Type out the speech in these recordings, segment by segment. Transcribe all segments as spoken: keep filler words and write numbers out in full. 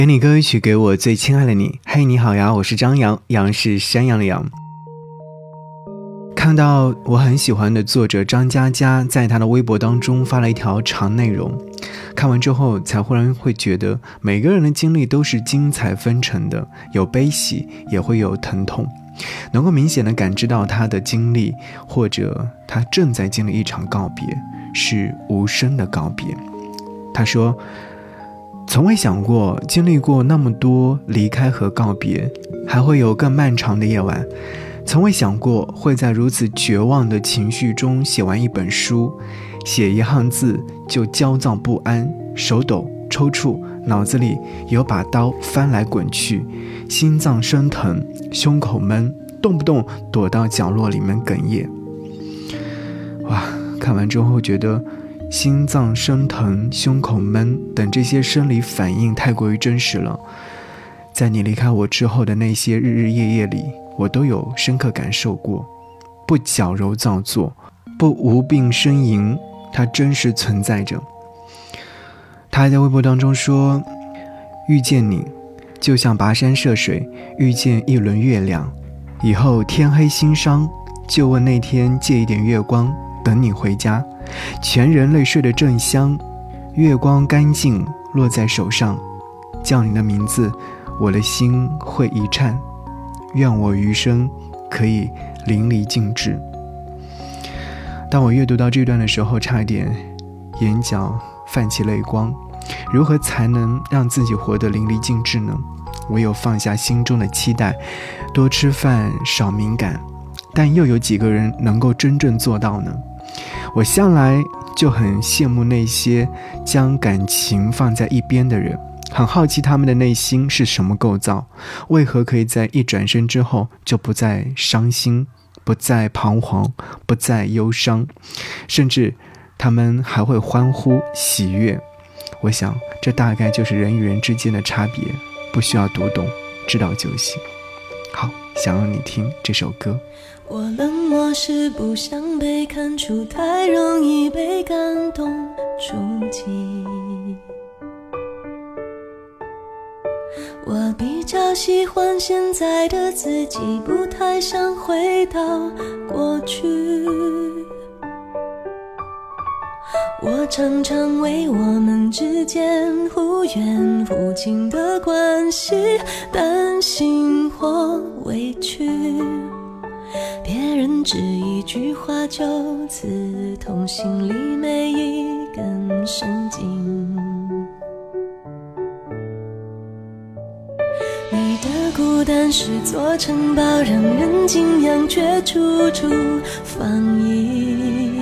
给你歌曲，给我最亲爱的你。嘿，你好呀，我是张扬，杨是山羊的羊。看到我很喜欢的作者张嘉佳在他的微博当中发了一条长内容，看完之后才忽然会觉得每个人的经历都是精彩纷呈的，有悲喜也会有疼痛，能够明显的感知到他的经历，或者他正在经历一场告别，是无声的告别。他说，从未想过经历过那么多离开和告别，还会有更漫长的夜晚，从未想过会在如此绝望的情绪中写完一本书，写一行字就焦躁不安，手抖抽搐，脑子里有把刀翻来滚去，心脏生疼，胸口闷，动不动躲到角落里面哽咽。哇，看完之后觉得心脏生疼，胸口闷等这些生理反应太过于真实了。在你离开我之后的那些日日夜夜里，我都有深刻感受过。不矫揉造作，不无病呻吟，它真实存在着。他还在微博当中说，遇见你就像跋山涉水遇见一轮月亮，以后天黑心伤，就问那天借一点月光等你回家，全人类睡得正香，月光干净落在手上，叫你的名字，我的心会一颤，愿我余生可以淋漓尽致。当我阅读到这段的时候，差一点眼角泛起泪光。如何才能让自己活得淋漓尽致呢？唯有放下心中的期待，多吃饭，少敏感。但又有几个人能够真正做到呢？我向来就很羡慕那些将感情放在一边的人，很好奇他们的内心是什么构造，为何可以在一转身之后就不再伤心，不再彷徨，不再忧伤，甚至他们还会欢呼喜悦。我想这大概就是人与人之间的差别，不需要读懂，知道就行。好，想让你听这首歌。 我冷漠是不想被看出，太容易被感动触及。我比较喜欢现在的自己，不太想回到过去。我常常为我们之间忽远忽近的关系担心或委屈，别人只一句话就刺痛心里每一根神经。你的孤单是座城堡，让人敬仰却处处防疫。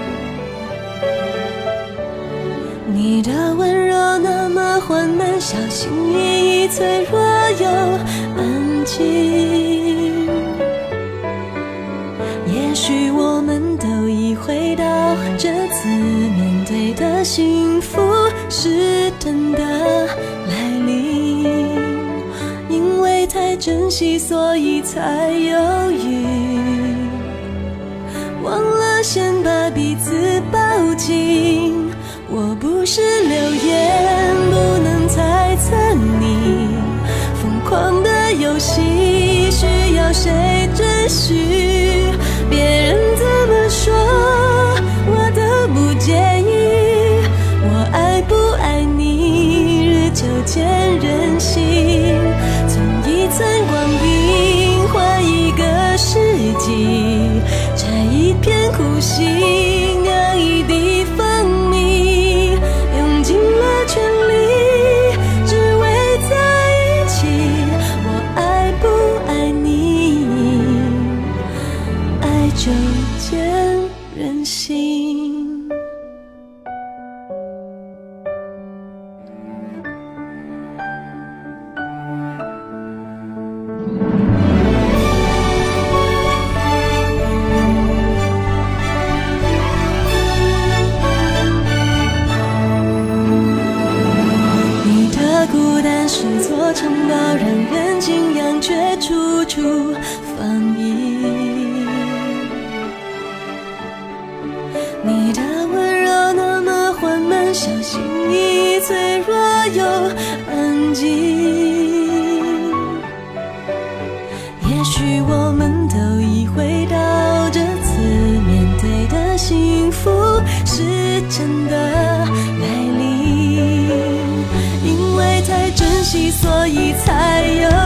你的温柔那么缓慢，小心翼翼，脆弱又安静。也许我们都已回到这次面对的幸福是真的来临，因为太珍惜所以才犹豫，忘了先把彼此抱紧。我不是流言，不能猜测你疯狂的游戏需要谁准许，别人怎么说我都不介意，我爱不爱你日久见人心，从一寸光阴换一个世纪，摘一片苦心酿一滴蜂蜜，用尽了全力只为在一起，我爱不爱你，爱就见人心。是座城堡，让人敬仰却处处防疫。你的温柔那么缓慢，小心翼翼，脆弱又安静。 真的来临，因为太珍惜，所以才有